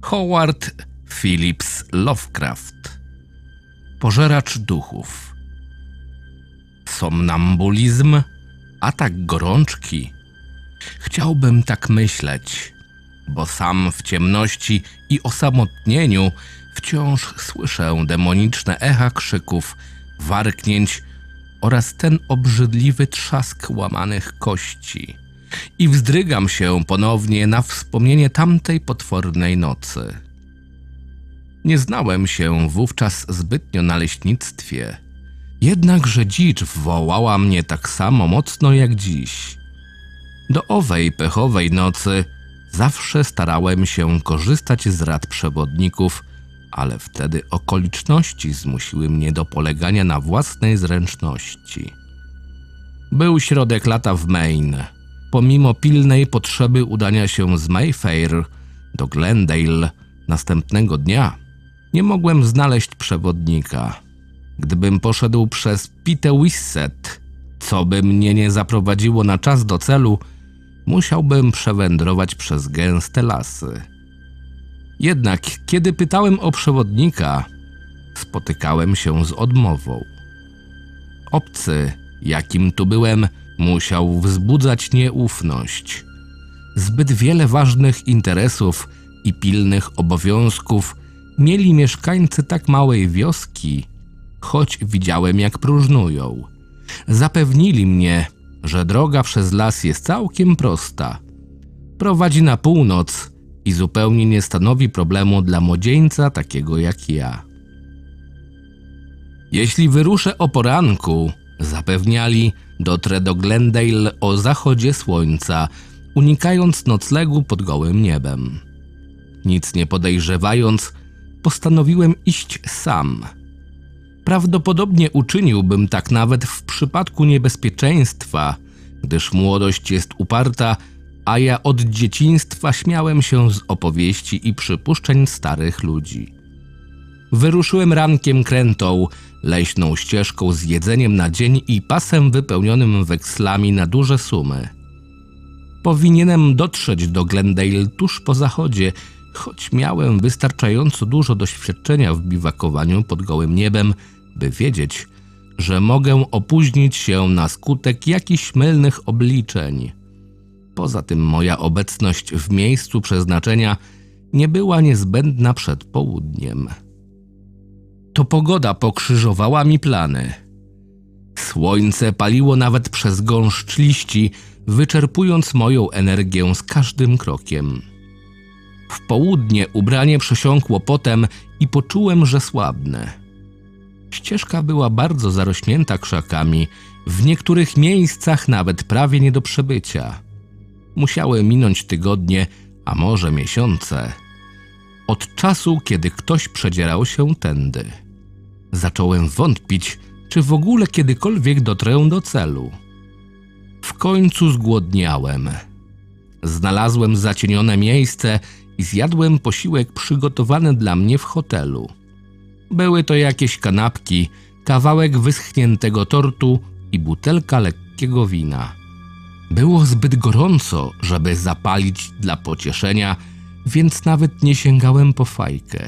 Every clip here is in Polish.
Howard Phillips Lovecraft. Pożeracz duchów. Somnambulizm, atak gorączki. Chciałbym tak myśleć, bo sam w ciemności i osamotnieniu wciąż słyszę demoniczne echa krzyków, warknięć oraz ten obrzydliwy trzask łamanych kości i wzdrygam się ponownie na wspomnienie tamtej potwornej nocy. Nie znałem się wówczas zbytnio na leśnictwie, jednakże dzicz wołała mnie tak samo mocno jak dziś. Do owej pechowej nocy zawsze starałem się korzystać z rad przewodników, ale wtedy okoliczności zmusiły mnie do polegania na własnej zręczności. Był środek lata w Maine. Pomimo pilnej potrzeby udania się z Mayfair do Glendale następnego dnia, nie mogłem znaleźć przewodnika. Gdybym poszedł przez Pitewisset, co by mnie nie zaprowadziło na czas do celu, musiałbym przewędrować przez gęste lasy. Jednak kiedy pytałem o przewodnika, spotykałem się z odmową. Obcy, jakim tu byłem, musiał wzbudzać nieufność. Zbyt wiele ważnych interesów i pilnych obowiązków mieli mieszkańcy tak małej wioski, choć widziałem, jak próżnują. Zapewnili mnie, że droga przez las jest całkiem prosta. Prowadzi na północ i zupełnie nie stanowi problemu dla młodzieńca takiego jak ja. Jeśli wyruszę o poranku, zapewniali, dotrę do Glendale o zachodzie słońca, unikając noclegu pod gołym niebem. Nic nie podejrzewając, postanowiłem iść sam. Prawdopodobnie uczyniłbym tak nawet w przypadku niebezpieczeństwa, gdyż młodość jest uparta, a ja od dzieciństwa śmiałem się z opowieści i przypuszczeń starych ludzi. Wyruszyłem rankiem krętą, leśną ścieżką z jedzeniem na dzień i pasem wypełnionym wekslami na duże sumy. Powinienem dotrzeć do Glendale tuż po zachodzie, choć miałem wystarczająco dużo doświadczenia w biwakowaniu pod gołym niebem, by wiedzieć, że mogę opóźnić się na skutek jakichś mylnych obliczeń. Poza tym moja obecność w miejscu przeznaczenia nie była niezbędna przed południem. To pogoda pokrzyżowała mi plany. Słońce paliło nawet przez gąszcz liści, wyczerpując moją energię z każdym krokiem. W południe ubranie przesiąkło potem i poczułem, że słabnę. Ścieżka była bardzo zarośnięta krzakami, w niektórych miejscach nawet prawie nie do przebycia. Musiały minąć tygodnie, a może miesiące, od czasu, kiedy ktoś przedzierał się tędy. Zacząłem wątpić, czy w ogóle kiedykolwiek dotrę do celu. W końcu zgłodniałem. Znalazłem zacienione miejsce i zjadłem posiłek przygotowany dla mnie w hotelu. Były to jakieś kanapki, kawałek wyschniętego tortu i butelka lekkiego wina. Było zbyt gorąco, żeby zapalić dla pocieszenia, więc nawet nie sięgałem po fajkę.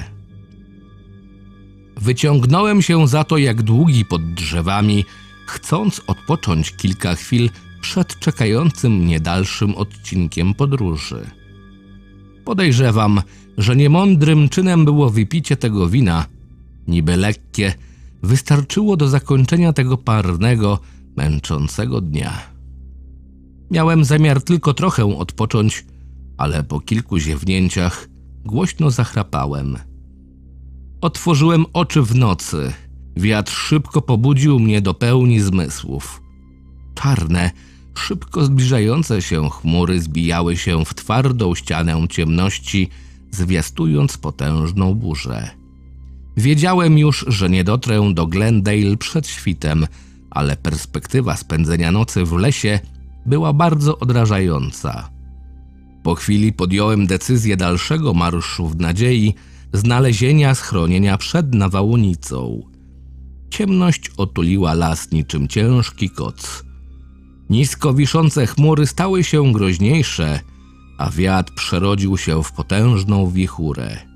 Wyciągnąłem się za to jak długi pod drzewami, chcąc odpocząć kilka chwil przed czekającym mnie dalszym odcinkiem podróży. Podejrzewam, że niemądrym czynem było wypicie tego wina. Niby lekkie, wystarczyło do zakończenia tego parnego, męczącego dnia. Miałem zamiar tylko trochę odpocząć, ale po kilku ziewnięciach głośno zachrapałem. Otworzyłem oczy w nocy. Wiatr szybko pobudził mnie do pełni zmysłów. Czarne, szybko zbliżające się chmury zbijały się w twardą ścianę ciemności, zwiastując potężną burzę. Wiedziałem już, że nie dotrę do Glendale przed świtem, ale perspektywa spędzenia nocy w lesie była bardzo odrażająca. Po chwili podjąłem decyzję dalszego marszu w nadziei znalezienia schronienia przed nawałnicą. Ciemność otuliła las niczym ciężki koc. Nisko wiszące chmury stały się groźniejsze, a wiatr przerodził się w potężną wichurę.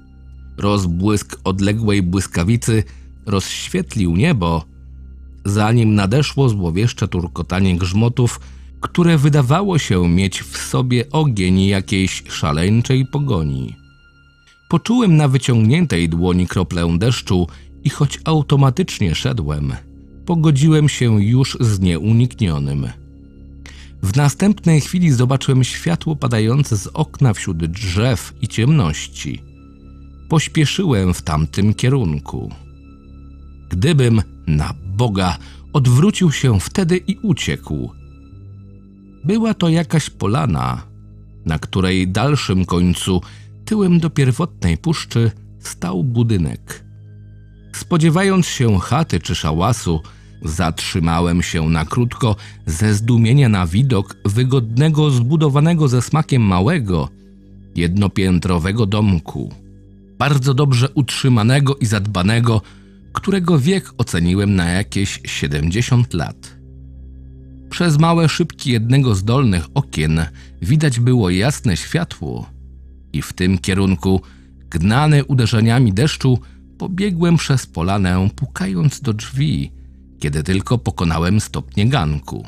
Rozbłysk odległej błyskawicy rozświetlił niebo, zanim nadeszło złowieszcze turkotanie grzmotów, które wydawało się mieć w sobie ogień jakiejś szaleńczej pogoni. Poczułem na wyciągniętej dłoni kroplę deszczu i choć automatycznie szedłem, pogodziłem się już z nieuniknionym. W następnej chwili zobaczyłem światło padające z okna wśród drzew i ciemności. Pośpieszyłem w tamtym kierunku. Gdybym, na Boga, odwrócił się wtedy i uciekł. Była to jakaś polana, na której dalszym końcu, tyłem do pierwotnej puszczy, stał budynek. Spodziewając się chaty czy szałasu, zatrzymałem się na krótko ze zdumienia na widok wygodnego, zbudowanego ze smakiem małego, jednopiętrowego domku. Bardzo dobrze utrzymanego i zadbanego, którego wiek oceniłem na jakieś 70 lat. Przez małe szybki jednego z dolnych okien widać było jasne światło i w tym kierunku, gnany uderzeniami deszczu, pobiegłem przez polanę, pukając do drzwi, kiedy tylko pokonałem stopnie ganku.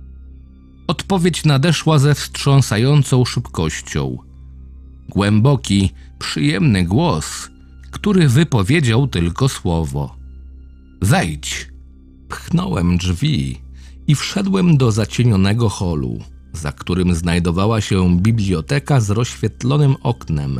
Odpowiedź nadeszła ze wstrząsającą szybkością. Głęboki, przyjemny głos, który wypowiedział tylko słowo: „Wejdź”. Pchnąłem drzwi i wszedłem do zacienionego holu, za którym znajdowała się biblioteka z rozświetlonym oknem.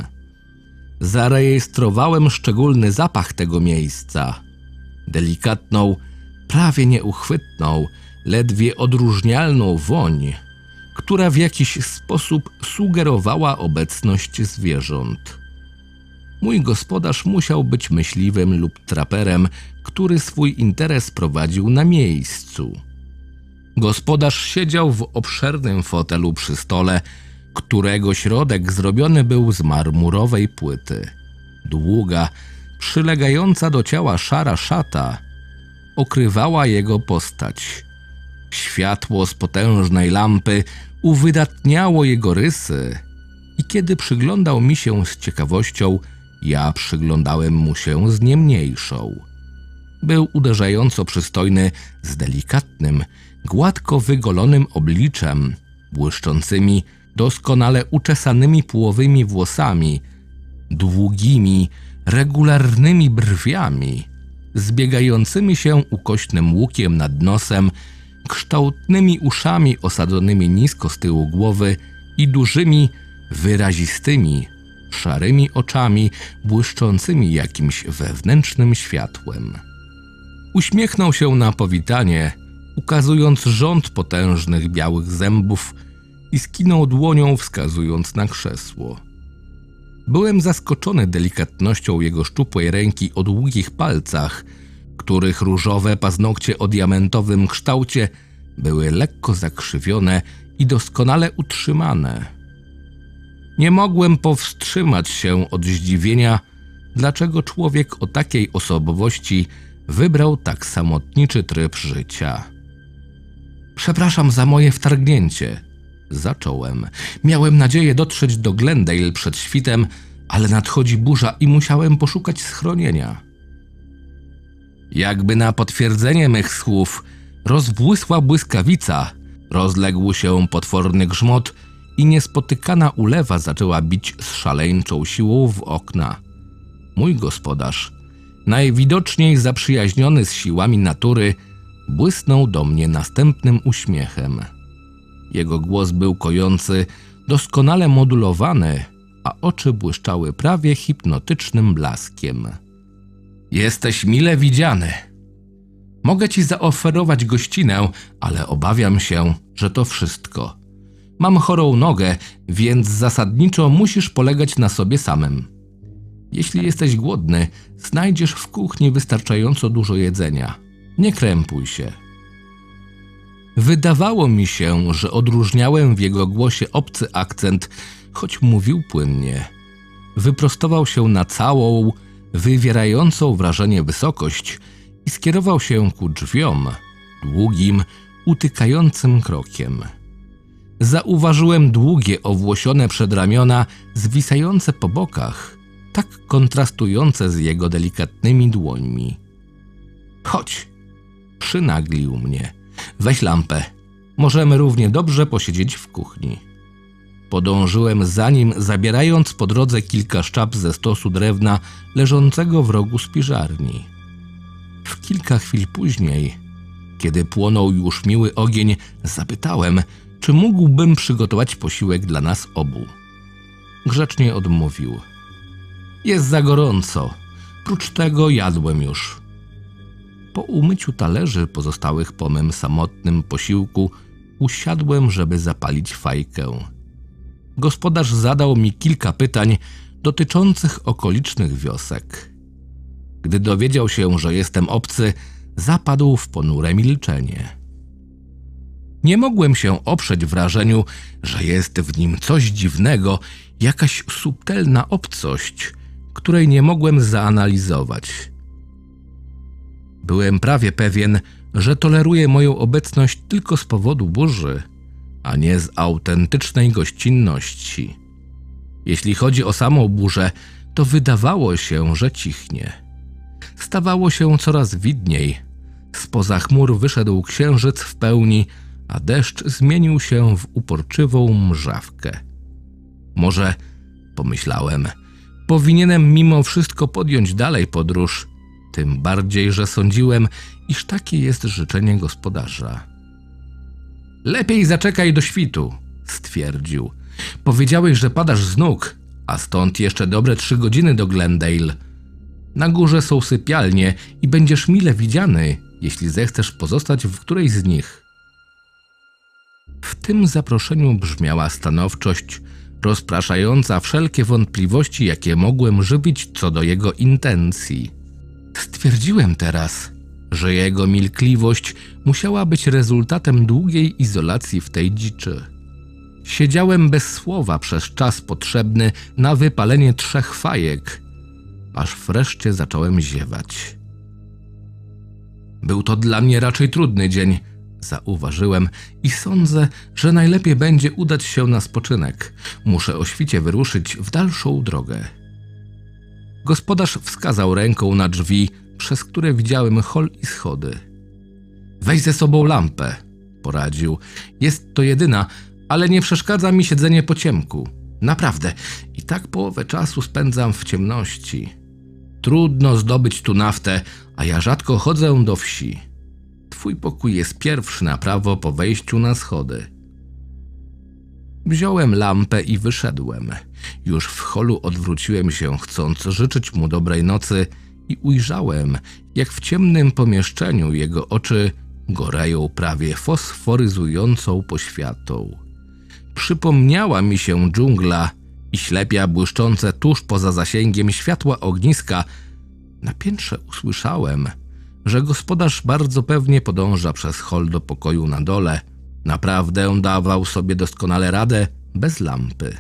Zarejestrowałem szczególny zapach tego miejsca. Delikatną, prawie nieuchwytną, ledwie odróżnialną woń, która w jakiś sposób sugerowała obecność zwierząt. Mój gospodarz musiał być myśliwym lub traperem, który swój interes prowadził na miejscu. Gospodarz siedział w obszernym fotelu przy stole, którego środek zrobiony był z marmurowej płyty. Długa, przylegająca do ciała szara szata okrywała jego postać. Światło z potężnej lampy uwydatniało jego rysy i kiedy przyglądał mi się z ciekawością, ja przyglądałem mu się z nie mniejszą. Był uderzająco przystojny, z delikatnym, gładko wygolonym obliczem, błyszczącymi, doskonale uczesanymi połowymi włosami, długimi, regularnymi brwiami, zbiegającymi się ukośnym łukiem nad nosem, kształtnymi uszami osadzonymi nisko z tyłu głowy i dużymi, wyrazistymi, szarymi oczami błyszczącymi jakimś wewnętrznym światłem. Uśmiechnął się na powitanie, ukazując rząd potężnych białych zębów i skinął dłonią, wskazując na krzesło. Byłem zaskoczony delikatnością jego szczupłej ręki o długich palcach, których różowe paznokcie o diamentowym kształcie były lekko zakrzywione i doskonale utrzymane. Nie mogłem powstrzymać się od zdziwienia, dlaczego człowiek o takiej osobowości wybrał tak samotniczy tryb życia. „Przepraszam za moje wtargnięcie”, zacząłem. „Miałem nadzieję dotrzeć do Glendale przed świtem, ale nadchodzi burza i musiałem poszukać schronienia”. Jakby na potwierdzenie mych słów rozbłysła błyskawica, rozległ się potworny grzmot i niespotykana ulewa zaczęła bić z szaleńczą siłą w okna. Mój gospodarz, najwidoczniej zaprzyjaźniony z siłami natury, błysnął do mnie następnym uśmiechem. Jego głos był kojący, doskonale modulowany, a oczy błyszczały prawie hipnotycznym blaskiem. „Jesteś mile widziany. Mogę ci zaoferować gościnę, ale obawiam się, że to wszystko. Mam chorą nogę, więc zasadniczo musisz polegać na sobie samym. Jeśli jesteś głodny, znajdziesz w kuchni wystarczająco dużo jedzenia. Nie krępuj się”. Wydawało mi się, że odróżniałem w jego głosie obcy akcent, choć mówił płynnie. Wyprostował się na całą, wywierającą wrażenie wysokość i skierował się ku drzwiom, długim, utykającym krokiem. Zauważyłem długie, owłosione przedramiona zwisające po bokach tak kontrastujące z jego delikatnymi dłońmi. Chodź, przynaglił mnie. Weź lampę. Możemy równie dobrze posiedzieć w kuchni. Podążyłem za nim, zabierając po drodze kilka szczap ze stosu drewna leżącego w rogu spiżarni. W kilka chwil później, kiedy płonął już miły ogień, zapytałem, czy mógłbym przygotować posiłek dla nas obu. Grzecznie odmówił. Jest za gorąco. Prócz tego jadłem już. Po umyciu talerzy pozostałych po mym samotnym posiłku usiadłem, żeby zapalić fajkę. Gospodarz zadał mi kilka pytań dotyczących okolicznych wiosek. Gdy dowiedział się, że jestem obcy, zapadł w ponure milczenie. Nie mogłem się oprzeć wrażeniu, że jest w nim coś dziwnego, jakaś subtelna obcość, której nie mogłem zaanalizować. Byłem prawie pewien, że toleruje moją obecność tylko z powodu burzy, a nie z autentycznej gościnności. Jeśli chodzi o samą burzę, to wydawało się, że cichnie. Stawało się coraz widniej. Spoza chmur wyszedł księżyc w pełni, a deszcz zmienił się w uporczywą mrzawkę. Może, pomyślałem, powinienem mimo wszystko podjąć dalej podróż, tym bardziej, że sądziłem, iż takie jest życzenie gospodarza. Lepiej zaczekaj do świtu, stwierdził. Powiedziałeś, że padasz z nóg, a stąd jeszcze dobre 3 godziny do Glendale. Na górze są sypialnie i będziesz mile widziany, jeśli zechcesz pozostać w którejś z nich. W tym zaproszeniu brzmiała stanowczość, rozpraszająca wszelkie wątpliwości, jakie mogłem żywić co do jego intencji. Stwierdziłem teraz, że jego milkliwość musiała być rezultatem długiej izolacji w tej dziczy. Siedziałem bez słowa przez czas potrzebny na wypalenie 3 fajek, aż wreszcie zacząłem ziewać. Był to dla mnie raczej trudny dzień, zauważyłem, i sądzę, że najlepiej będzie udać się na spoczynek. Muszę o świcie wyruszyć w dalszą drogę. Gospodarz wskazał ręką na drzwi, przez które widziałem hol i schody. Weź ze sobą lampę, poradził. Jest to jedyna, ale nie przeszkadza mi siedzenie po ciemku. Naprawdę, i tak połowę czasu spędzam w ciemności. Trudno zdobyć tu naftę, a ja rzadko chodzę do wsi. Twój pokój jest pierwszy na prawo po wejściu na schody. Wziąłem lampę i wyszedłem. Już w holu odwróciłem się, chcąc życzyć mu dobrej nocy, i ujrzałem, jak w ciemnym pomieszczeniu jego oczy goreją prawie fosforyzującą poświatą. Przypomniała mi się dżungla i ślepia błyszczące tuż poza zasięgiem światła ogniska. Na piętrze usłyszałem, że gospodarz bardzo pewnie podąża przez hol do pokoju na dole. Naprawdę dawał sobie doskonale radę bez lampy.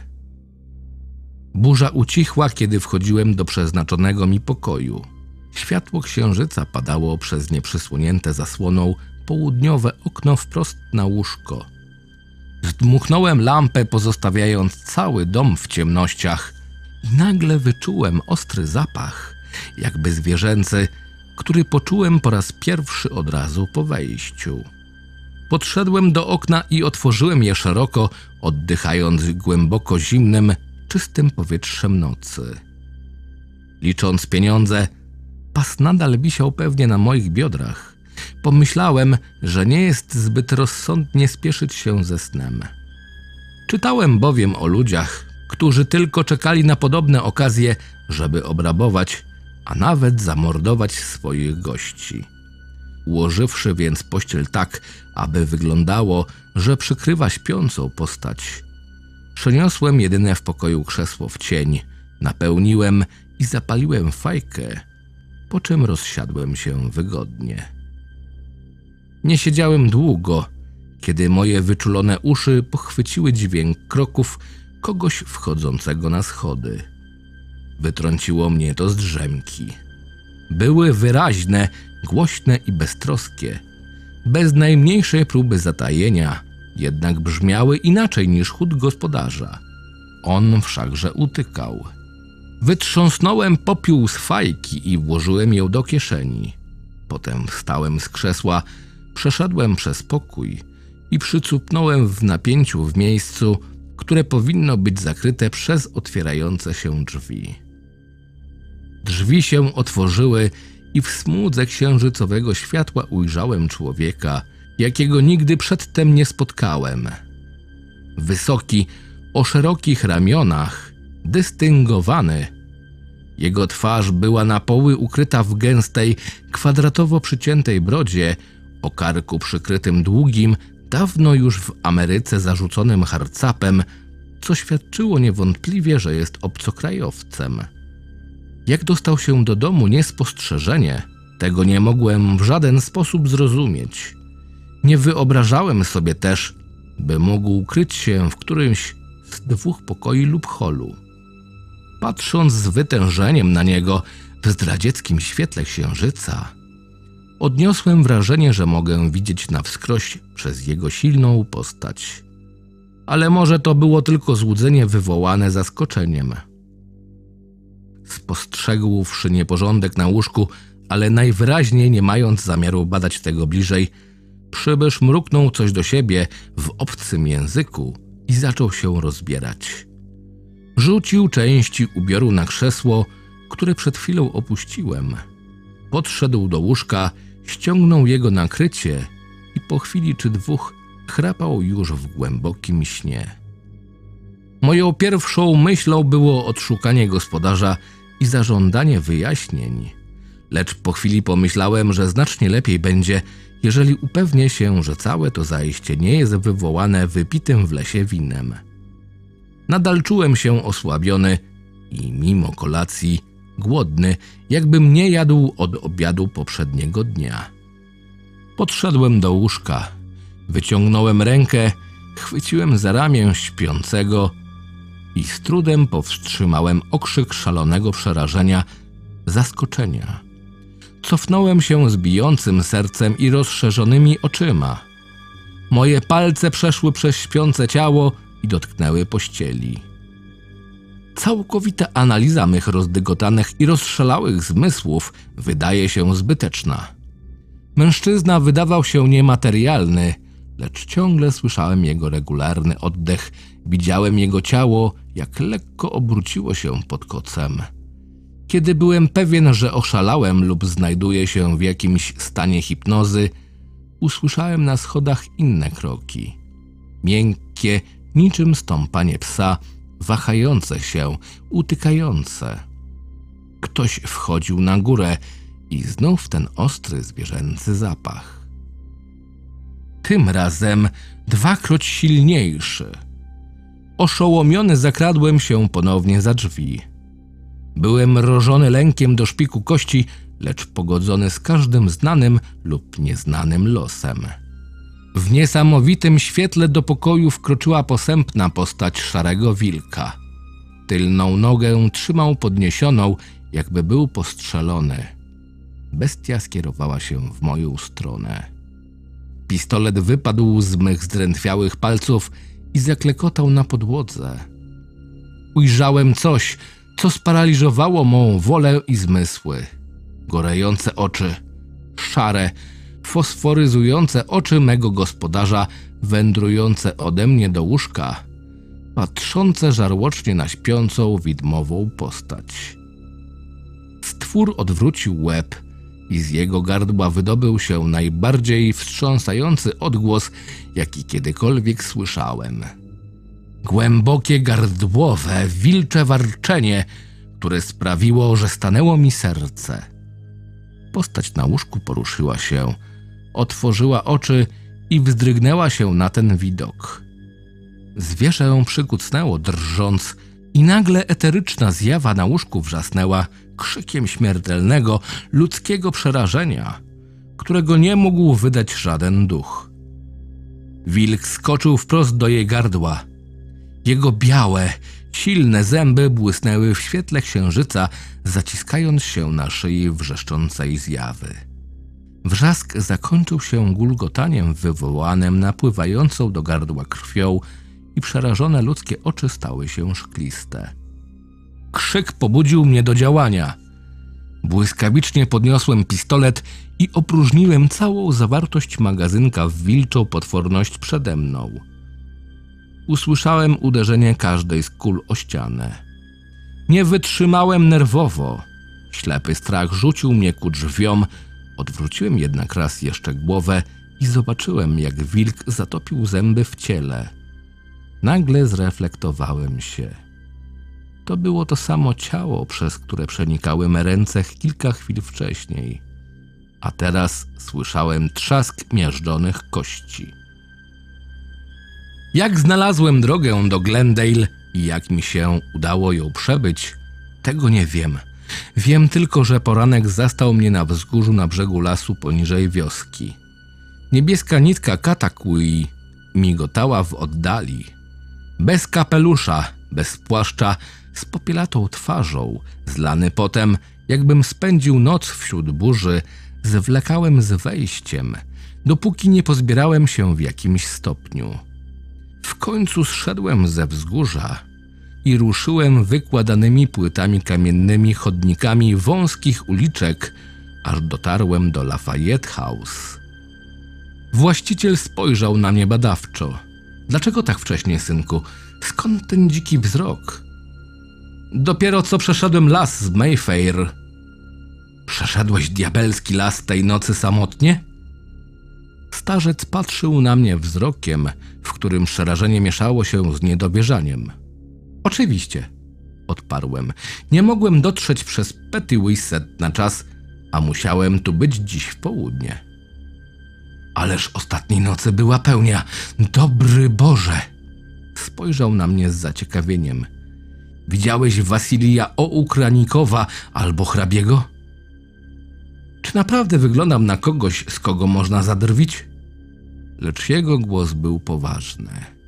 Burza ucichła, kiedy wchodziłem do przeznaczonego mi pokoju. Światło księżyca padało przez nieprzysłonięte zasłoną południowe okno wprost na łóżko. Zdmuchnąłem lampę, pozostawiając cały dom w ciemnościach, i nagle wyczułem ostry zapach, jakby zwierzęcy, który poczułem po raz pierwszy od razu po wejściu. Podszedłem do okna i otworzyłem je szeroko, oddychając głęboko zimnym, czystym powietrzem nocy. Licząc pieniądze, pas nadal wisiał pewnie na moich biodrach. Pomyślałem, że nie jest zbyt rozsądnie spieszyć się ze snem. Czytałem bowiem o ludziach, którzy tylko czekali na podobne okazje, żeby obrabować, a nawet zamordować swoich gości. Ułożywszy więc pościel tak, aby wyglądało, że przykrywa śpiącą postać, przeniosłem jedyne w pokoju krzesło w cień, napełniłem i zapaliłem fajkę, po czym rozsiadłem się wygodnie. Nie siedziałem długo, kiedy moje wyczulone uszy pochwyciły dźwięk kroków kogoś wchodzącego na schody. Wytrąciło mnie to z drzemki. Były wyraźne, głośne i beztroskie, bez najmniejszej próby zatajenia, jednak brzmiały inaczej niż chód gospodarza. On wszakże utykał. Wytrząsnąłem popiół z fajki i włożyłem ją do kieszeni. Potem wstałem z krzesła, przeszedłem przez pokój i przycupnąłem w napięciu w miejscu, które powinno być zakryte przez otwierające się drzwi. Drzwi się otworzyły i w smudze księżycowego światła ujrzałem człowieka, jakiego nigdy przedtem nie spotkałem. Wysoki, o szerokich ramionach, dystyngowany. Jego twarz była na poły ukryta w gęstej, kwadratowo przyciętej brodzie, o karku przykrytym długim, dawno już w Ameryce zarzuconym harcapem, co świadczyło niewątpliwie, że jest obcokrajowcem. Jak dostał się do domu niespostrzeżenie, tego nie mogłem w żaden sposób zrozumieć. Nie wyobrażałem sobie też, by mógł kryć się w którymś z 2 pokoi lub holu. Patrząc z wytężeniem na niego w zdradzieckim świetle księżyca, odniosłem wrażenie, że mogę widzieć na wskroś przez jego silną postać. Ale może to było tylko złudzenie wywołane zaskoczeniem. Spostrzegłszy nieporządek na łóżku, ale najwyraźniej nie mając zamiaru badać tego bliżej, przybysz mruknął coś do siebie w obcym języku i zaczął się rozbierać. Rzucił części ubioru na krzesło, które przed chwilą opuściłem. Podszedł do łóżka, ściągnął jego nakrycie i po chwili czy 2 chrapał już w głębokim śnie. Moją pierwszą myślą było odszukanie gospodarza i zażądanie wyjaśnień, lecz po chwili pomyślałem, że znacznie lepiej będzie, jeżeli upewnię się, że całe to zajście nie jest wywołane wypitym w lesie winem. Nadal czułem się osłabiony i mimo kolacji głodny, jakbym nie jadł od obiadu poprzedniego dnia. Podszedłem do łóżka, wyciągnąłem rękę, chwyciłem za ramię śpiącego i z trudem powstrzymałem okrzyk szalonego przerażenia, zaskoczenia. Cofnąłem się z bijącym sercem i rozszerzonymi oczyma. Moje palce przeszły przez śpiące ciało i dotknęły pościeli. Całkowita analiza mych rozdygotanych i rozszalałych zmysłów wydaje się zbyteczna. Mężczyzna wydawał się niematerialny, lecz ciągle słyszałem jego regularny oddech, widziałem jego ciało, jak lekko obróciło się pod kocem. Kiedy byłem pewien, że oszalałem lub znajduję się w jakimś stanie hipnozy, usłyszałem na schodach inne kroki. Miękkie, niczym stąpanie psa, wahające się, utykające. Ktoś wchodził na górę i znów ten ostry, zwierzęcy zapach. Tym razem 2-kroć silniejszy. Oszołomiony zakradłem się ponownie za drzwi. Byłem mrożony lękiem do szpiku kości, lecz pogodzony z każdym znanym lub nieznanym losem. W niesamowitym świetle do pokoju wkroczyła posępna postać szarego wilka. Tylną nogę trzymał podniesioną, jakby był postrzelony. Bestia skierowała się w moją stronę. Pistolet wypadł z mych zdrętwiałych palców i zaklekotał na podłodze. Ujrzałem coś, co sparaliżowało mą wolę i zmysły. Gorejące oczy, szare, fosforyzujące oczy mego gospodarza, wędrujące ode mnie do łóżka, patrzące żarłocznie na śpiącą, widmową postać. Stwór odwrócił łeb i z jego gardła wydobył się najbardziej wstrząsający odgłos, jaki kiedykolwiek słyszałem. Głębokie gardłowe, wilcze warczenie, które sprawiło, że stanęło mi serce. Postać na łóżku poruszyła się, otworzyła oczy i wzdrygnęła się na ten widok. Zwierzę przykucnęło drżąc i nagle eteryczna zjawa na łóżku wrzasnęła krzykiem śmiertelnego, ludzkiego przerażenia, którego nie mógł wydać żaden duch. Wilk skoczył wprost do jej gardła. Jego białe, silne zęby błysnęły w świetle księżyca, zaciskając się na szyi wrzeszczącej zjawy. Wrzask zakończył się gulgotaniem wywołanym napływającą do gardła krwią i przerażone ludzkie oczy stały się szkliste. krzyk pobudził mnie do działania. Błyskawicznie podniosłem pistolet i opróżniłem całą zawartość magazynka w wilczą potworność przede mną. Usłyszałem uderzenie każdej z kul o ścianę. Nie wytrzymałem nerwowo. Ślepy strach rzucił mnie ku drzwiom. Odwróciłem jednak raz jeszcze głowę i zobaczyłem, jak wilk zatopił zęby w ciele. Nagle zreflektowałem się. To było to samo ciało, przez które przenikały me ręce kilka chwil wcześniej. A teraz słyszałem trzask miażdżonych kości. Jak znalazłem drogę do Glendale i jak mi się udało ją przebyć, tego nie wiem. Wiem tylko, że poranek zastał mnie na wzgórzu na brzegu lasu poniżej wioski. Niebieska nitka Katakui migotała w oddali. Bez kapelusza, bez płaszcza, z popielatą twarzą, zlany potem, jakbym spędził noc wśród burzy, zwlekałem z wejściem, dopóki nie pozbierałem się w jakimś stopniu. W końcu zszedłem ze wzgórza i ruszyłem wykładanymi płytami kamiennymi chodnikami wąskich uliczek, aż dotarłem do Lafayette House. Właściciel spojrzał na mnie badawczo. Dlaczego tak wcześnie, synku? Skąd ten dziki wzrok? Dopiero co przeszedłem las z Mayfair. Przeszedłeś diabelski las tej nocy samotnie? Starzec patrzył na mnie wzrokiem, w którym przerażenie mieszało się z niedowierzaniem. Oczywiście, odparłem. Nie mogłem dotrzeć przez Petty Wysset na czas, a musiałem tu być dziś w południe. Ależ ostatniej nocy była pełnia. Dobry Boże! Spojrzał na mnie z zaciekawieniem. Widziałeś Wasilija Oukranikowa albo hrabiego? Czy naprawdę wyglądam na kogoś, z kogo można zadrwić? Lecz jego głos był poważny.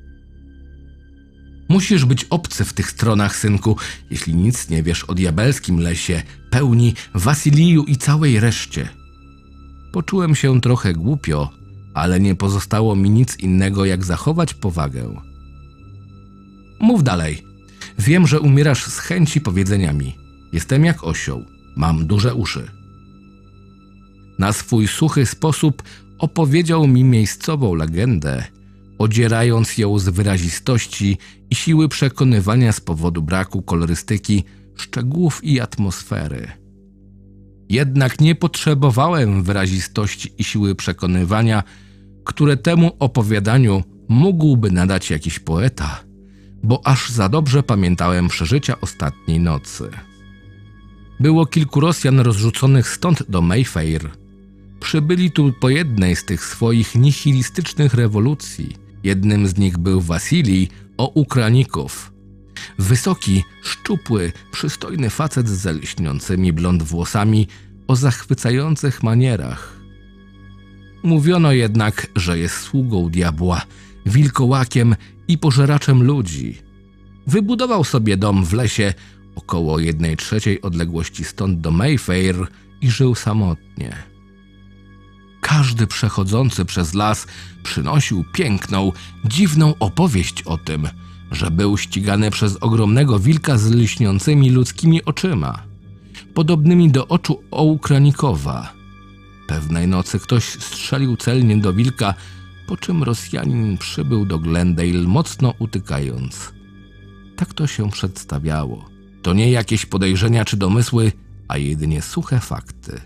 Musisz być obcy w tych stronach, synku, jeśli nic nie wiesz o diabelskim lesie, pełni, Wasiliju i całej reszcie. Poczułem się trochę głupio, ale nie pozostało mi nic innego, jak zachować powagę. Mów dalej. Wiem, że umierasz z chęci powiedzenia mi. Jestem jak osioł, mam duże uszy. Na swój suchy sposób opowiedział mi miejscową legendę, odzierając ją z wyrazistości i siły przekonywania z powodu braku kolorystyki, szczegółów i atmosfery. Jednak nie potrzebowałem wyrazistości i siły przekonywania, które temu opowiadaniu mógłby nadać jakiś poeta, bo aż za dobrze pamiętałem przeżycia ostatniej nocy. Było kilku Rosjan rozrzuconych stąd do Mayfair. Przybyli tu po jednej z tych swoich nihilistycznych rewolucji. Jednym z nich był Wasilij Oukranikow. Wysoki, szczupły, przystojny facet z zalśniącymi blond włosami o zachwycających manierach. Mówiono jednak, że jest sługą diabła, wilkołakiem i pożeraczem ludzi. Wybudował sobie dom w lesie około 1/3 odległości stąd do Mayfair i żył samotnie. Każdy przechodzący przez las przynosił piękną, dziwną opowieść o tym, że był ścigany przez ogromnego wilka z lśniącymi ludzkimi oczyma, podobnymi do oczu Oukranikowa. Pewnej nocy ktoś strzelił celnie do wilka, po czym Rosjanin przybył do Glendale mocno utykając. Tak to się przedstawiało. To nie jakieś podejrzenia czy domysły, a jedynie suche fakty.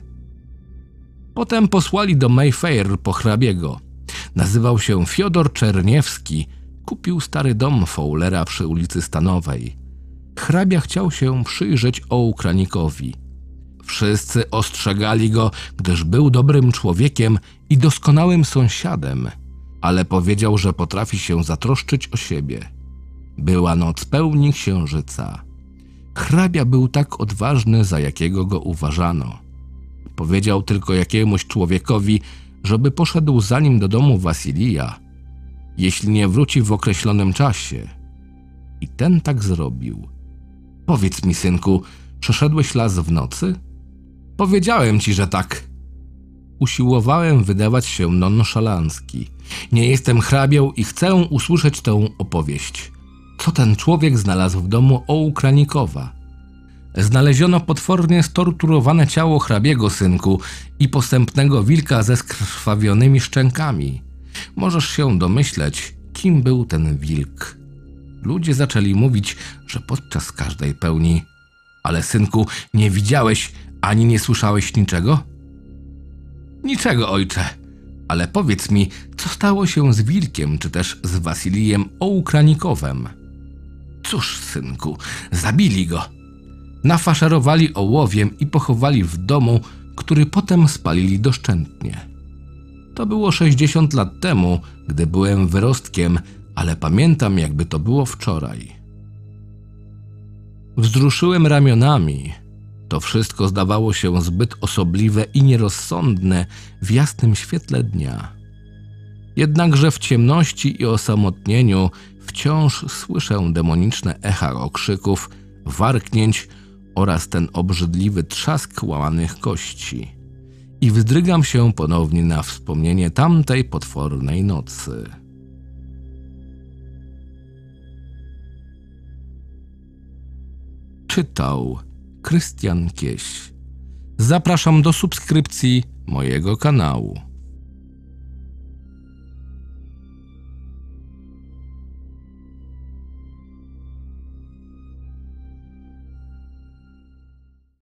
Potem posłali do Mayfair po hrabiego. Nazywał się Fiodor Czerniewski. Kupił stary dom Fowlera przy ulicy Stanowej. Hrabia chciał się przyjrzeć Oukranikowi. Wszyscy ostrzegali go, gdyż był dobrym człowiekiem i doskonałym sąsiadem, ale powiedział, że potrafi się zatroszczyć o siebie. Była noc pełni księżyca. Hrabia był tak odważny, za jakiego go uważano. Powiedział tylko jakiemuś człowiekowi, żeby poszedł za nim do domu Wasilija, jeśli nie wróci w określonym czasie. I ten tak zrobił. Powiedz mi, synku, przeszedłeś las w nocy? Powiedziałem ci, że tak. Usiłowałem wydawać się nonszalancki. Nie jestem hrabią i chcę usłyszeć tę opowieść. Co ten człowiek znalazł w domu Oukranikowa? znaleziono potwornie storturowane ciało hrabiego, synku, i posępnego wilka ze skrwawionymi szczękami. Możesz się domyśleć, kim był ten wilk. Ludzie zaczęli mówić, że podczas każdej pełni. Ale, synku, nie widziałeś ani nie słyszałeś niczego? Niczego, ojcze. Ale powiedz mi, co stało się z wilkiem, czy też z Wasilijem Ołkranikowem? Cóż, synku, zabili go. Nafaszerowali ołowiem i pochowali w domu, który potem spalili doszczętnie. To było 60 lat temu, gdy byłem wyrostkiem, ale pamiętam, jakby to było wczoraj. Wzruszyłem ramionami. To wszystko zdawało się zbyt osobliwe i nierozsądne w jasnym świetle dnia. Jednakże w ciemności i osamotnieniu wciąż słyszę demoniczne echa okrzyków, warknięć oraz ten obrzydliwy trzask łamanych kości. I wzdrygam się ponownie na wspomnienie tamtej potwornej nocy. Czytał Krystian Kieś. Zapraszam do subskrypcji mojego kanału.